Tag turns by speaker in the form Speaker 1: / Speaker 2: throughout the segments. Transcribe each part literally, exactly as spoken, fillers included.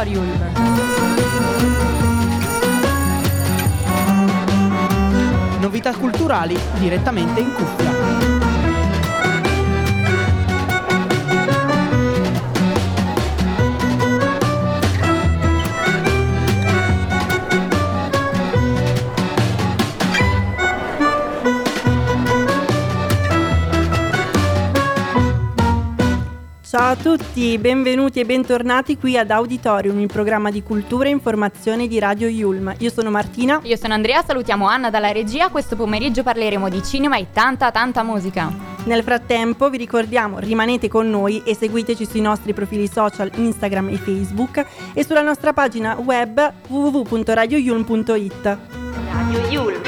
Speaker 1: Auditorium.
Speaker 2: Novità culturali direttamente in cuffia.
Speaker 3: Ciao a tutti, benvenuti e bentornati qui ad Auditorium, il programma di cultura e informazione di Radio Yulm. Io sono Martina.
Speaker 1: Io sono Andrea, salutiamo Anna dalla regia. Questo pomeriggio parleremo di cinema e tanta tanta musica.
Speaker 3: Nel frattempo vi ricordiamo, rimanete con noi e seguiteci sui nostri profili social Instagram e Facebook e sulla nostra pagina web w w w punto radio yulm punto i t.
Speaker 1: Radio Yulm.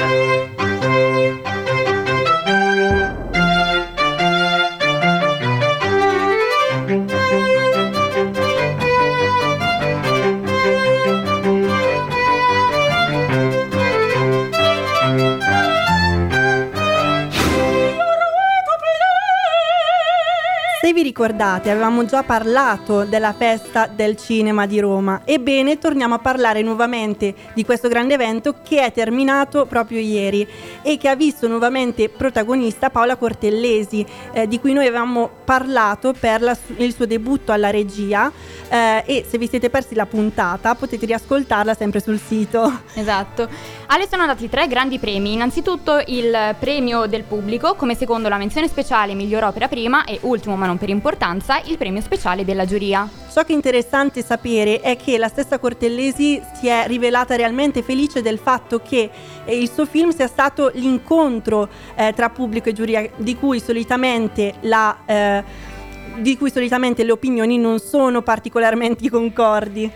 Speaker 3: Se vi ricordate, avevamo già parlato della festa del cinema di Roma. Ebbene, torniamo a parlare nuovamente di questo grande evento che è terminato proprio ieri e che ha visto nuovamente protagonista Paola Cortellesi, eh, di cui noi avevamo parlato per la, il suo debutto alla regia. Eh, e se vi siete persi la puntata potete riascoltarla sempre sul sito.
Speaker 1: Esatto. Ale sono andati tre grandi premi. Innanzitutto il premio del pubblico, come secondo la menzione speciale miglior opera prima e ultimo ma non per importanza il premio speciale della giuria.
Speaker 3: Ciò che è interessante sapere è che la stessa Cortellesi si è rivelata realmente felice del fatto che eh, il suo film sia stato l'incontro eh, tra pubblico e giuria, di cui solitamente la eh, di cui solitamente le opinioni non sono particolarmente concordi.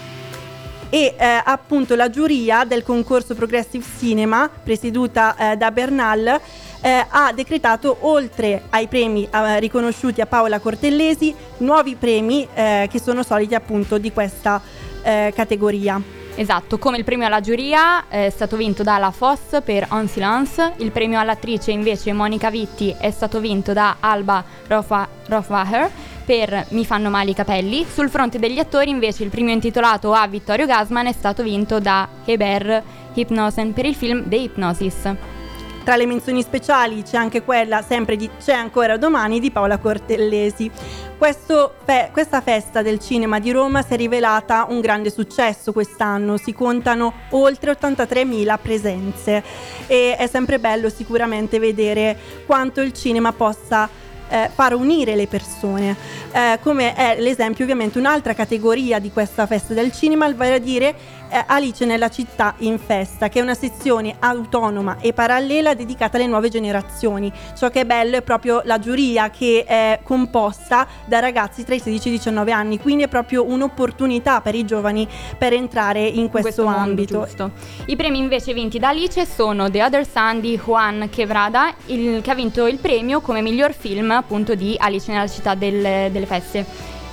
Speaker 3: E eh, appunto la giuria del concorso Progressive Cinema, presieduta eh, da Bernal, eh, ha decretato, oltre ai premi eh, riconosciuti a Paola Cortellesi, nuovi premi eh, che sono soliti appunto di questa eh, categoria.
Speaker 1: Esatto, come il premio alla giuria è stato vinto dalla Foss per En Silence, il premio all'attrice invece Monica Vitti è stato vinto da Alba Rofa- Rothwacher per Mi fanno male i capelli. Sul fronte degli attori invece il premio intitolato a Vittorio Gassman è stato vinto da Heber Hypnosen per il film The Hypnosis.
Speaker 3: Tra le menzioni speciali c'è anche quella, sempre di C'è ancora domani, di Paola Cortellesi. Questo fe- questa festa del cinema di Roma si è rivelata un grande successo quest'anno, si contano oltre ottantatremila presenze e è sempre bello sicuramente vedere quanto il cinema possa Eh, far unire le persone, eh, come è l'esempio ovviamente un'altra categoria di questa festa del cinema, vale a dire eh, Alice nella città in festa, che è una sezione autonoma e parallela dedicata alle nuove generazioni. Ciò che è bello è proprio la giuria, che è composta da ragazzi tra i sedici e i diciannove anni, quindi è proprio un'opportunità per i giovani per entrare in questo,
Speaker 1: in questo
Speaker 3: ambito.
Speaker 1: mondo, giusto. I premi invece vinti da Alice sono The Other Sun di Juan Quevrada, il, che ha vinto il premio come miglior film appunto di Alice nella città del, delle feste.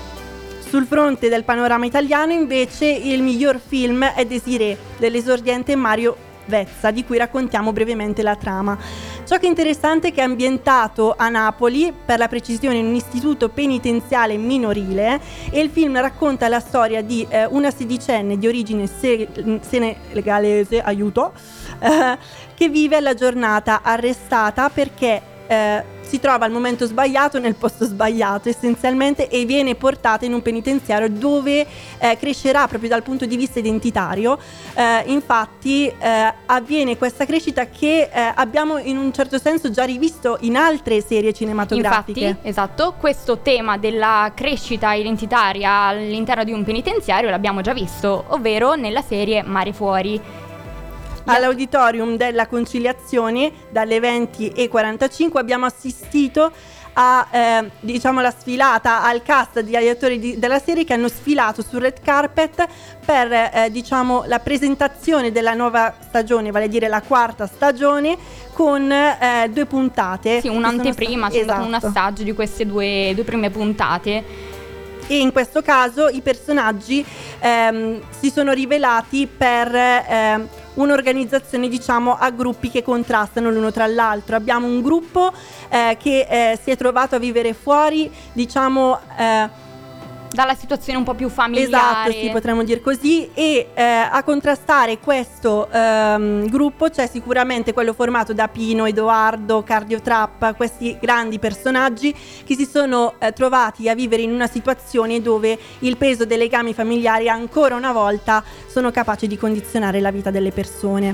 Speaker 3: Sul fronte del panorama italiano invece il miglior film è Désiré dell'esordiente Mario Vezza, di cui raccontiamo brevemente la trama. Ciò che è interessante è che è ambientato a Napoli, per la precisione in un istituto penitenziale minorile, e il film racconta la storia di eh, una sedicenne di origine se- senegalese, aiuto, eh, che vive la giornata arrestata perché eh, si trova al momento sbagliato nel posto sbagliato essenzialmente e viene portata in un penitenziario dove eh, crescerà proprio dal punto di vista identitario. Eh, infatti eh, avviene questa crescita che eh, abbiamo in un certo senso già rivisto in altre serie cinematografiche.
Speaker 1: Infatti, esatto, questo tema della crescita identitaria all'interno di un penitenziario l'abbiamo già visto, ovvero nella serie Mare Fuori.
Speaker 3: All'Auditorium della Conciliazione dalle venti e quarantacinque abbiamo assistito a eh, diciamo la sfilata al cast di attori di, della serie che hanno sfilato sul red carpet per eh, diciamo la presentazione della nuova stagione, vale a dire la quarta stagione, con eh, due puntate.
Speaker 1: Sì, un'anteprima,
Speaker 3: state,
Speaker 1: esatto,
Speaker 3: esatto.
Speaker 1: un assaggio di queste due, due prime puntate.
Speaker 3: E in questo caso i personaggi ehm, si sono rivelati per eh, un'organizzazione, diciamo, a gruppi che contrastano l'uno tra l'altro. Abbiamo un gruppo eh, che eh, si è trovato a vivere fuori, diciamo, eh,
Speaker 1: dalla situazione un po' più familiare.
Speaker 3: Esatto, sì, potremmo dire così. E eh, a contrastare questo ehm, gruppo c'è sicuramente quello formato da Pino, Edoardo, Cardiotrap, questi grandi personaggi che si sono eh, trovati a vivere in una situazione dove il peso dei legami familiari ancora una volta sono capaci di condizionare la vita delle persone.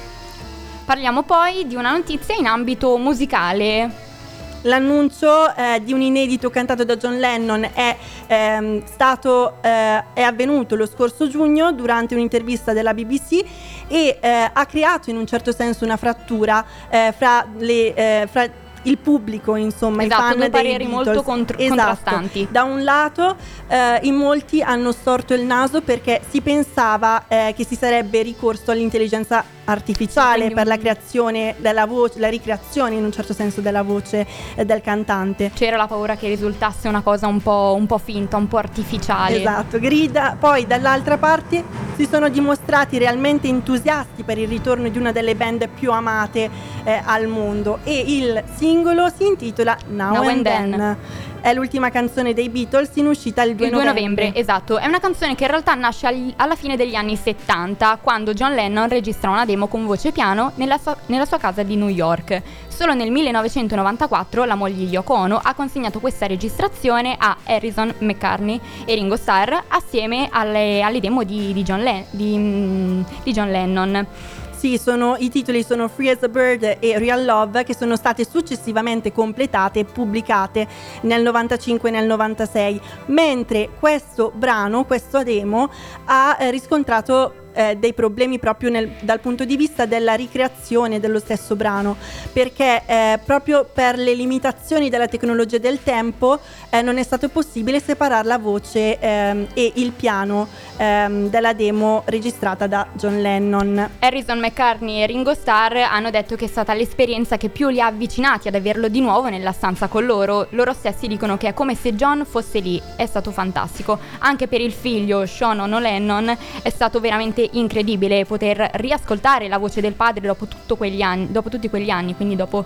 Speaker 1: Parliamo poi di una notizia in ambito musicale.
Speaker 3: L'annuncio eh, di un inedito cantato da John Lennon è ehm, stato eh, è avvenuto lo scorso giugno durante un'intervista della B B C e eh, ha creato in un certo senso una frattura eh, fra le eh, fra il pubblico, insomma,
Speaker 1: esatto,
Speaker 3: i fan
Speaker 1: due
Speaker 3: dei
Speaker 1: pareri
Speaker 3: Beatles.
Speaker 1: molto contr-
Speaker 3: esatto.
Speaker 1: contrastanti.
Speaker 3: Da un lato eh, in molti hanno storto il naso perché si pensava eh, che si sarebbe ricorso all'intelligenza artificiale
Speaker 1: sì,
Speaker 3: per
Speaker 1: un...
Speaker 3: la creazione della voce, la ricreazione in un certo senso della voce eh, del cantante.
Speaker 1: C'era la paura che risultasse una cosa un po', un po' finta, un po' artificiale.
Speaker 3: Esatto, grida. Poi dall'altra parte si sono dimostrati realmente entusiasti per il ritorno di una delle band più amate eh, al mondo e il singolo si intitola Now,
Speaker 1: Now
Speaker 3: and,
Speaker 1: and
Speaker 3: Then.
Speaker 1: Then.
Speaker 3: È l'ultima canzone dei Beatles in uscita il due
Speaker 1: il due
Speaker 3: novembre.
Speaker 1: novembre, esatto. È una canzone che in realtà nasce agli, alla fine degli anni settanta, quando John Lennon registra una demo con voce e piano nella sua, nella sua casa di New York. Solo nel millenovecentonovantaquattro la moglie Yoko Ono ha consegnato questa registrazione a Harrison, McCartney e Ringo Starr assieme alle, alle demo di, di, John Le- di, mm, di John Lennon.
Speaker 3: Sì, sono, i titoli sono Free as a Bird e Real Love, che sono state successivamente completate e pubblicate nel novantacinque e nel novantasei, mentre questo brano, questo demo, ha eh, riscontrato eh, dei problemi proprio nel, dal punto di vista della ricreazione dello stesso brano, perché eh, proprio per le limitazioni della tecnologia del tempo eh, non è stato possibile separare la voce ehm, e il piano ehm, della demo registrata da John Lennon.
Speaker 1: Harrison, McCartney e Ringo Starr hanno detto che è stata l'esperienza che più li ha avvicinati ad averlo di nuovo nella stanza con loro. Loro stessi dicono che è come se John fosse lì. È stato fantastico. Anche per il figlio Sean Ono Lennon è stato veramente incredibile poter riascoltare la voce del padre dopo, tutto quegli anni, dopo tutti quegli anni, quindi dopo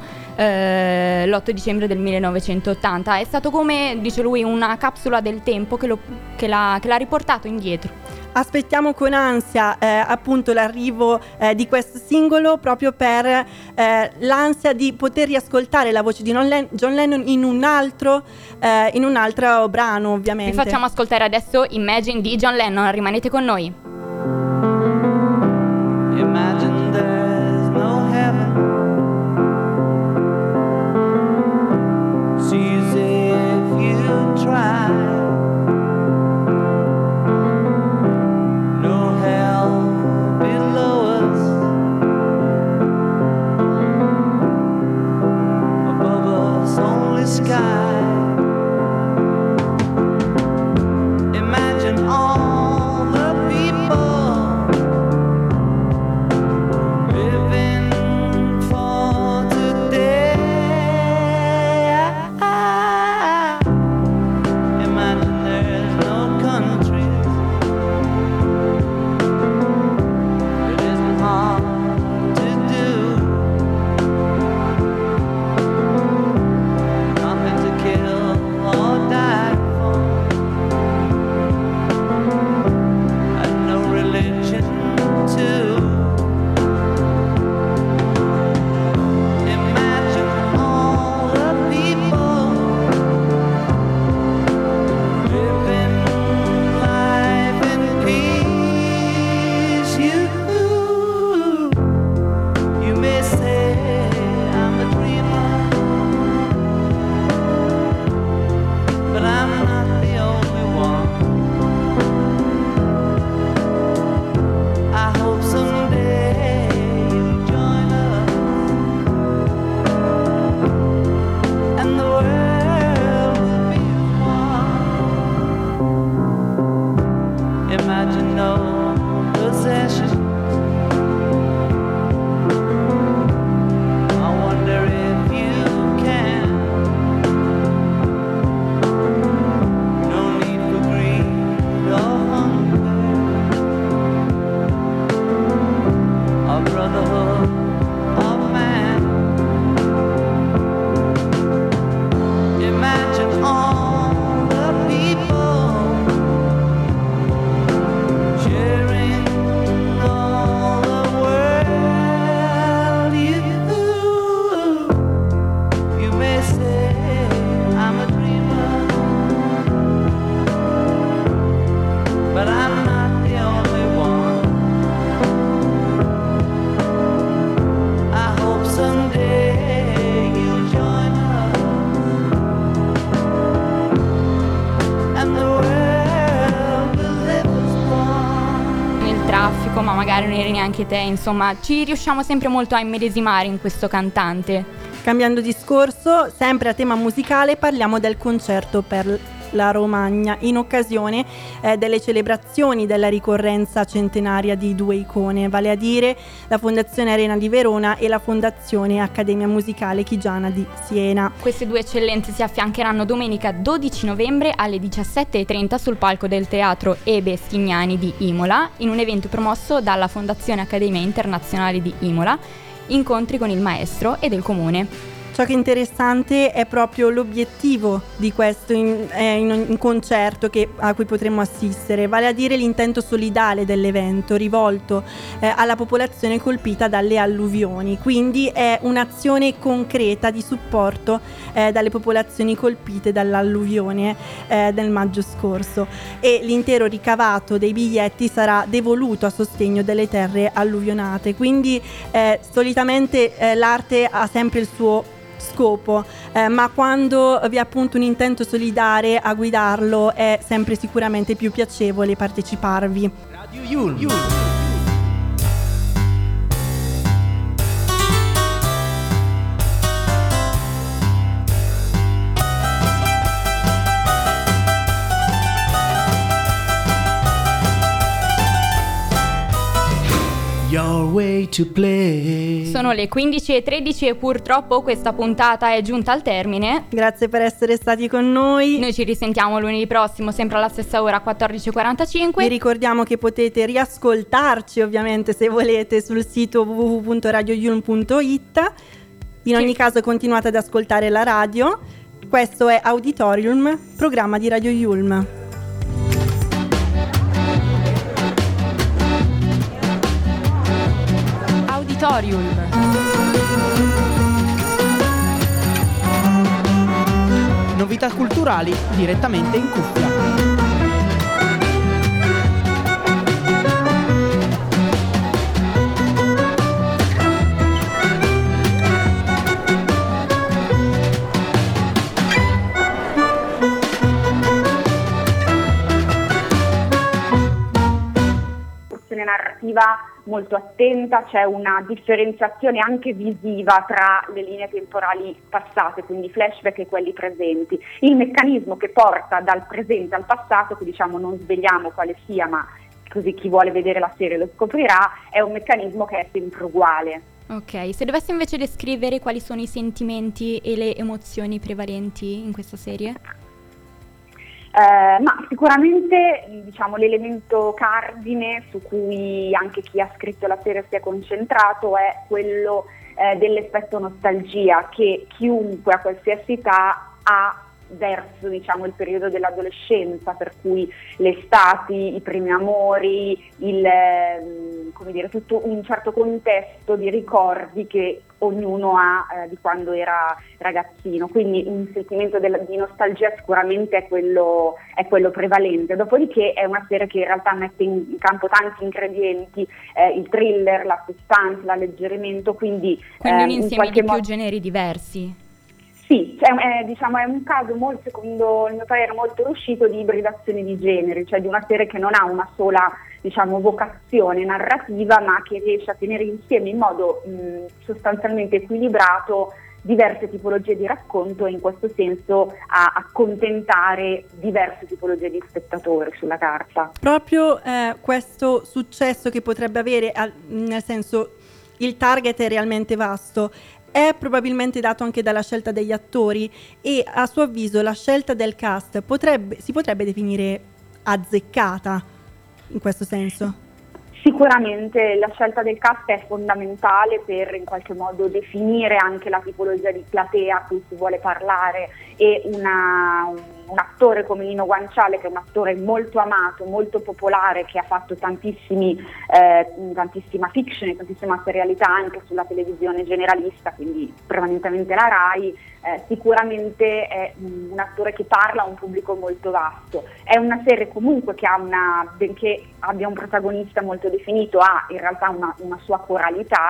Speaker 1: eh, l'otto dicembre del millenovecentottanta. È stato come, dice lui, una capsula del tempo che, lo, che, l'ha, che l'ha riportato indietro.
Speaker 3: Aspettiamo con ansia eh, appunto l'arrivo eh, di questo singolo, proprio per eh, l'ansia di poter riascoltare la voce di John Lennon in un altro eh, in un altro brano, ovviamente.
Speaker 1: Vi facciamo ascoltare adesso Imagine di John Lennon, rimanete con noi.
Speaker 4: Imagine there's no heaven. It's easy if you try. No hell below us. Above us only sky. Imagine all the people living for today. Imagine there's no countries. It isn't hard to do. Nothing to
Speaker 1: magari non eri neanche te, insomma ci riusciamo sempre molto a immedesimare in questo cantante.
Speaker 3: Cambiando discorso, sempre a tema musicale, parliamo del concerto per la Romagna in occasione eh, delle celebrazioni della ricorrenza centenaria di due icone, vale a dire la Fondazione Arena di Verona e la Fondazione Accademia Musicale Chigiana di Siena.
Speaker 1: Queste due eccellenze si affiancheranno domenica dodici novembre alle diciassette e trenta sul palco del Teatro Ebe Schignani di Imola, in un evento promosso dalla Fondazione Accademia Internazionale di Imola, incontri con il maestro e del comune.
Speaker 3: Ciò che è interessante è proprio l'obiettivo di questo in, eh, in, in concerto che, a cui potremo assistere, vale a dire l'intento solidale dell'evento rivolto eh, alla popolazione colpita dalle alluvioni, quindi è un'azione concreta di supporto eh, dalle popolazioni colpite dall'alluvione eh, del maggio scorso, e l'intero ricavato dei biglietti sarà devoluto a sostegno delle terre alluvionate, quindi eh, solitamente eh, l'arte ha sempre il suo scopo, eh, ma quando vi è appunto un intento solidale a guidarlo è sempre sicuramente più piacevole parteciparvi.
Speaker 2: Radio Yulm. Your way to play.
Speaker 1: Sono le quindici e tredici e purtroppo questa puntata è giunta al termine.
Speaker 3: Grazie per essere stati con noi.
Speaker 1: Noi ci risentiamo lunedì prossimo, sempre alla stessa ora, quattordici e quarantacinque.
Speaker 3: Vi ricordiamo che potete riascoltarci ovviamente se volete sul sito w w w punto radio yulm punto i t. In ogni caso continuate ad ascoltare la radio. Questo è Auditorium, programma di Radio Yulm.
Speaker 2: Novità culturali direttamente in cuffia.
Speaker 5: Narrativa molto attenta, c'è una differenziazione anche visiva tra le linee temporali passate, quindi flashback e quelli presenti. Il meccanismo che porta dal presente al passato, che diciamo non svegliamo quale sia, ma così chi vuole vedere la serie lo scoprirà, è un meccanismo che è sempre uguale.
Speaker 1: Ok, se dovessi invece descrivere quali sono i sentimenti e le emozioni prevalenti in questa serie?
Speaker 5: Eh, ma sicuramente diciamo l'elemento cardine su cui anche chi ha scritto la serie si è concentrato è quello eh, dell'effetto nostalgia che chiunque a qualsiasi età ha verso diciamo il periodo dell'adolescenza, per cui le estati, i primi amori, il, eh, come dire, tutto un certo contesto di ricordi che ognuno ha eh, di quando era ragazzino, quindi un sentimento del, di nostalgia sicuramente è quello, è quello prevalente. Dopodiché è una serie che in realtà mette in, in campo tanti ingredienti, eh, il thriller, la suspense, l'alleggerimento, quindi,
Speaker 1: quindi
Speaker 5: eh,
Speaker 1: un insieme
Speaker 5: in qualche
Speaker 1: di
Speaker 5: modo
Speaker 1: più generi diversi.
Speaker 5: Sì, cioè, è, diciamo, è un caso molto, secondo il mio parere, molto riuscito di ibridazione di generi, cioè di una serie che non ha una sola diciamo, vocazione narrativa, ma che riesce a tenere insieme in modo mh, sostanzialmente equilibrato diverse tipologie di racconto e in questo senso a accontentare diverse tipologie di spettatori sulla carta.
Speaker 3: Proprio eh, questo successo che potrebbe avere, al, nel senso il target è realmente vasto, è probabilmente dato anche dalla scelta degli attori e a suo avviso la scelta del cast potrebbe, si potrebbe definire azzeccata in questo senso?
Speaker 5: Sicuramente la scelta del cast è fondamentale per in qualche modo definire anche la tipologia di platea a cui si vuole parlare e una, un, un attore come Nino Guanciale, che è un attore molto amato, molto popolare, che ha fatto tantissimi, eh, tantissima fiction e tantissima serialità anche sulla televisione generalista, quindi prevalentemente la Rai, eh, sicuramente è um, un attore che parla a un pubblico molto vasto. È una serie comunque che ha una, benché abbia un protagonista molto definito, ha in realtà una, una sua coralità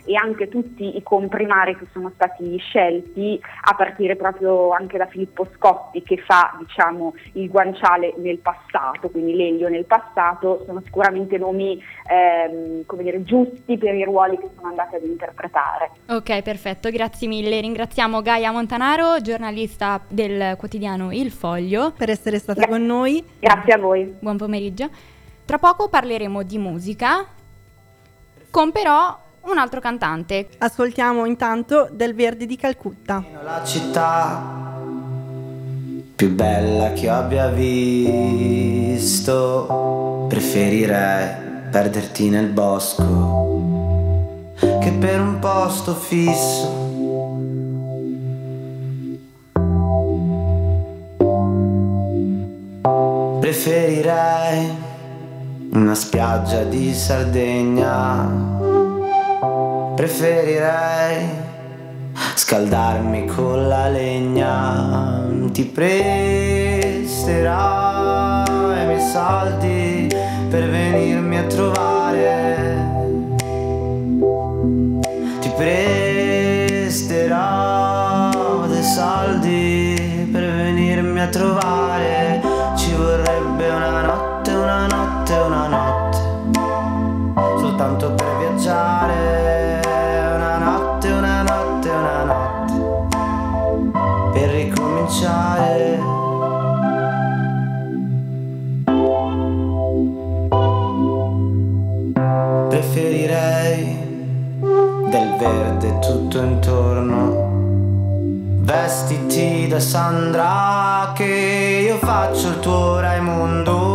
Speaker 5: e anche tutti i comprimari che sono stati scelti, a partire proprio anche da Filippo Scotti, che fa, diciamo, il guanciale nel passato, quindi Lelio nel passato, sono sicuramente nomi ehm, come dire, giusti per i ruoli che sono andati ad interpretare.
Speaker 1: Ok, perfetto, grazie mille. Ringraziamo Gaia Montanaro, giornalista del quotidiano Il Foglio,
Speaker 3: per essere stata
Speaker 5: Gra-
Speaker 3: con noi.
Speaker 5: Grazie a voi.
Speaker 1: Buon pomeriggio. Tra poco parleremo di musica, con però un altro cantante.
Speaker 3: Ascoltiamo intanto Del Verde di Calcutta.
Speaker 6: La città più bella che io abbia visto, preferirei perderti nel bosco che per un posto fisso. Preferirei una spiaggia di Sardegna. Preferirei scaldarmi con la legna. Ti presterò i miei soldi per venirmi a trovare. Ti presterò dei soldi per venirmi a trovare. Ci vorrebbe una notte, una notte, una notte, soltanto per viaggiare. Per ricominciare. Preferirei del verde tutto intorno, vestiti da Sandra che io faccio il tuo Raimondo.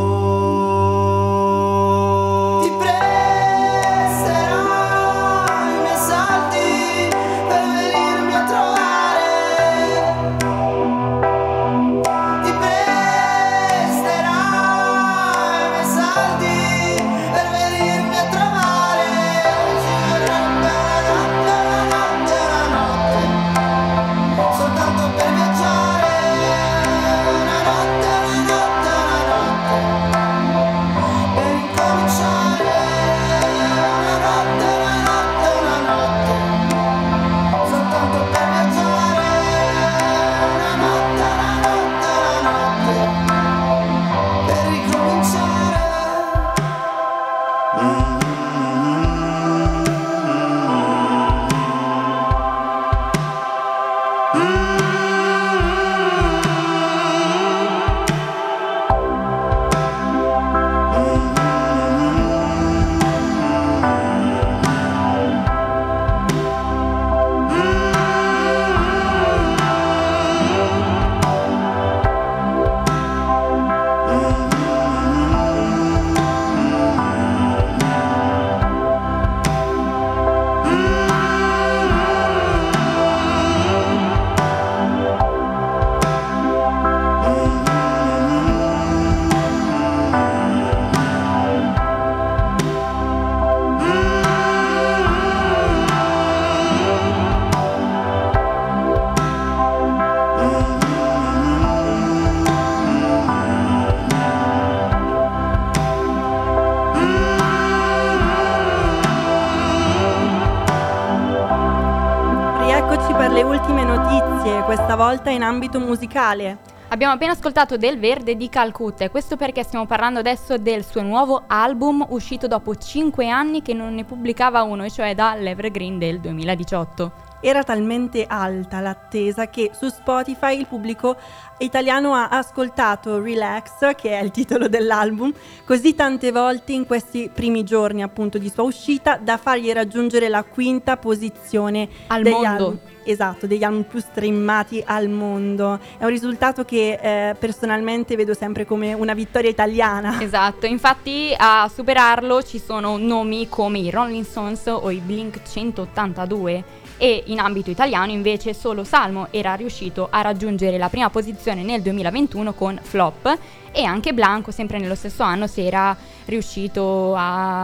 Speaker 3: Questa volta in ambito musicale.
Speaker 1: Abbiamo appena ascoltato Del Verde di Calcutta, e questo perché stiamo parlando adesso del suo nuovo album uscito dopo cinque anni che non ne pubblicava uno, e cioè dall'Evergreen del duemiladiciotto.
Speaker 3: Era talmente alta l'attesa che su Spotify il pubblico italiano ha ascoltato Relax, che è il titolo dell'album, così tante volte in questi primi giorni appunto di sua uscita da fargli raggiungere la quinta posizione
Speaker 1: al
Speaker 3: degli
Speaker 1: mondo.
Speaker 3: Album, esatto, degli album più streamati al mondo. È un risultato che eh, personalmente vedo sempre come una vittoria italiana.
Speaker 1: Esatto, infatti a superarlo ci sono nomi come i Rolling Stones o i Blink centottantadue. E in ambito italiano invece solo Salmo era riuscito a raggiungere la prima posizione nel duemilaventuno con Flop, e anche Blanco sempre nello stesso anno si era riuscito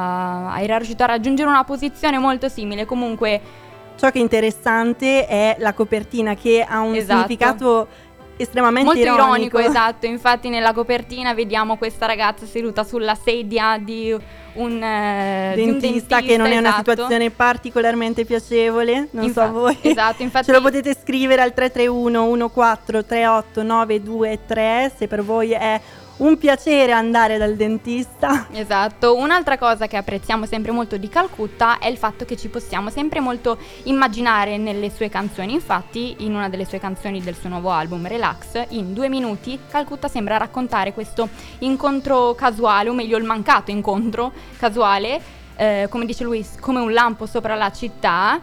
Speaker 1: a, era riuscito a raggiungere una posizione molto simile. Comunque
Speaker 3: ciò che è interessante è la copertina, che ha un
Speaker 1: esatto.
Speaker 3: significato estremamente
Speaker 1: molto
Speaker 3: ironico.
Speaker 1: ironico, esatto. Infatti nella copertina vediamo questa ragazza seduta sulla sedia di un, eh, di un
Speaker 3: dentista,
Speaker 1: dentista,
Speaker 3: che non è una
Speaker 1: esatto.
Speaker 3: situazione particolarmente piacevole, non
Speaker 1: Infa-
Speaker 3: so voi.
Speaker 1: Esatto, infatti
Speaker 3: Ce lo potete scrivere al tre tre uno uno quattro tre otto nove due tre se per voi è un piacere andare dal dentista.
Speaker 1: Esatto, un'altra cosa che apprezziamo sempre molto di Calcutta è il fatto che ci possiamo sempre molto immaginare nelle sue canzoni. Infatti in una delle sue canzoni del suo nuovo album Relax, in due minuti Calcutta sembra raccontare questo incontro casuale, o meglio il mancato incontro casuale, eh, come dice lui, come un lampo sopra la città,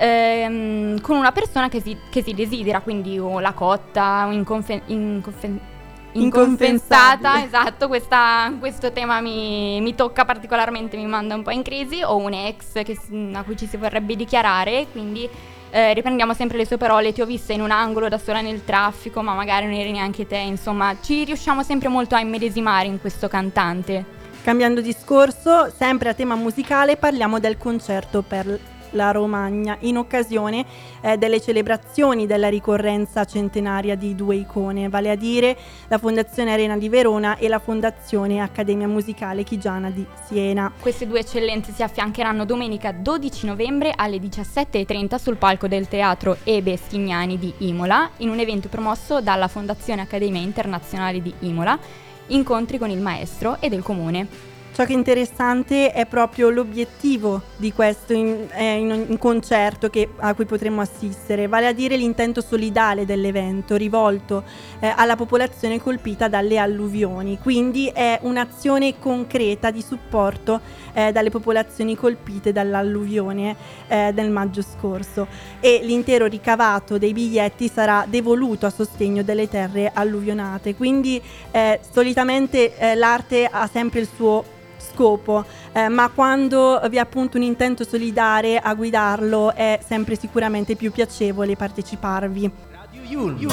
Speaker 1: ehm, con una persona che si, che si desidera, quindi o la cotta, o inconfe- inconfe- inconfessata,
Speaker 3: Inconfessabile.
Speaker 1: esatto, questa, questo tema mi, mi tocca particolarmente, mi manda un po' in crisi, o un ex che, si- a cui ci si vorrebbe dichiarare, quindi eh, riprendiamo sempre le sue parole: ti ho vista in un angolo da sola nel traffico, ma magari non eri neanche te. Insomma, ci riusciamo sempre molto a immedesimare in questo cantante.
Speaker 3: Cambiando discorso, sempre a tema musicale, parliamo del concerto per la Romagna in occasione eh, delle celebrazioni della ricorrenza centenaria di due icone, vale a dire la Fondazione Arena di Verona e la Fondazione Accademia Musicale Chigiana di Siena.
Speaker 1: Queste due eccellenze si affiancheranno domenica dodici novembre alle diciassette e trenta sul palco del Teatro Ebe Schignani di Imola, in un evento promosso dalla Fondazione Accademia Internazionale di Imola, incontri con il maestro e del comune.
Speaker 3: Ciò che è interessante è proprio l'obiettivo di questo in, eh, in, in concerto che, a cui potremo assistere, vale a dire l'intento solidale dell'evento rivolto eh, alla popolazione colpita dalle alluvioni. Quindi è un'azione concreta di supporto eh, dalle popolazioni colpite dall'alluvione eh, del maggio scorso, e l'intero ricavato dei biglietti sarà devoluto a sostegno delle terre alluvionate. Quindi eh, solitamente eh, l'arte ha sempre il suo scopo, eh, ma quando vi è appunto un intento solidale a guidarlo è sempre sicuramente più piacevole parteciparvi.
Speaker 2: Radio Yulm.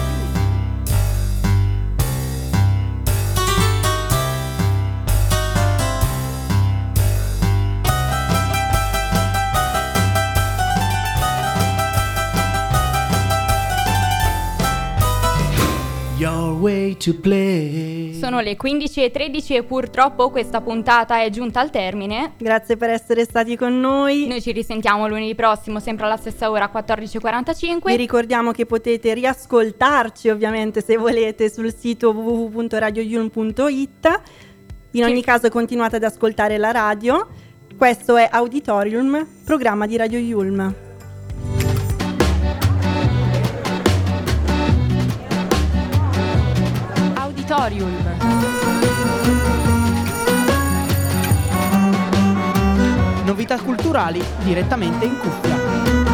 Speaker 2: Your way to play.
Speaker 1: Sono le quindici e tredici e purtroppo questa puntata è giunta al termine.
Speaker 3: Grazie per essere stati con noi.
Speaker 1: Noi ci risentiamo lunedì prossimo, sempre alla stessa ora, quattordici e quarantacinque.
Speaker 3: Vi ricordiamo che potete riascoltarci ovviamente se volete sul sito w w w punto radio yulm punto i t. In ogni
Speaker 1: Sì.
Speaker 3: caso continuate ad ascoltare la radio. Questo è Auditorium, programma di Radio Yulm.
Speaker 1: Auditorium.
Speaker 2: Novità culturali direttamente in cuffia.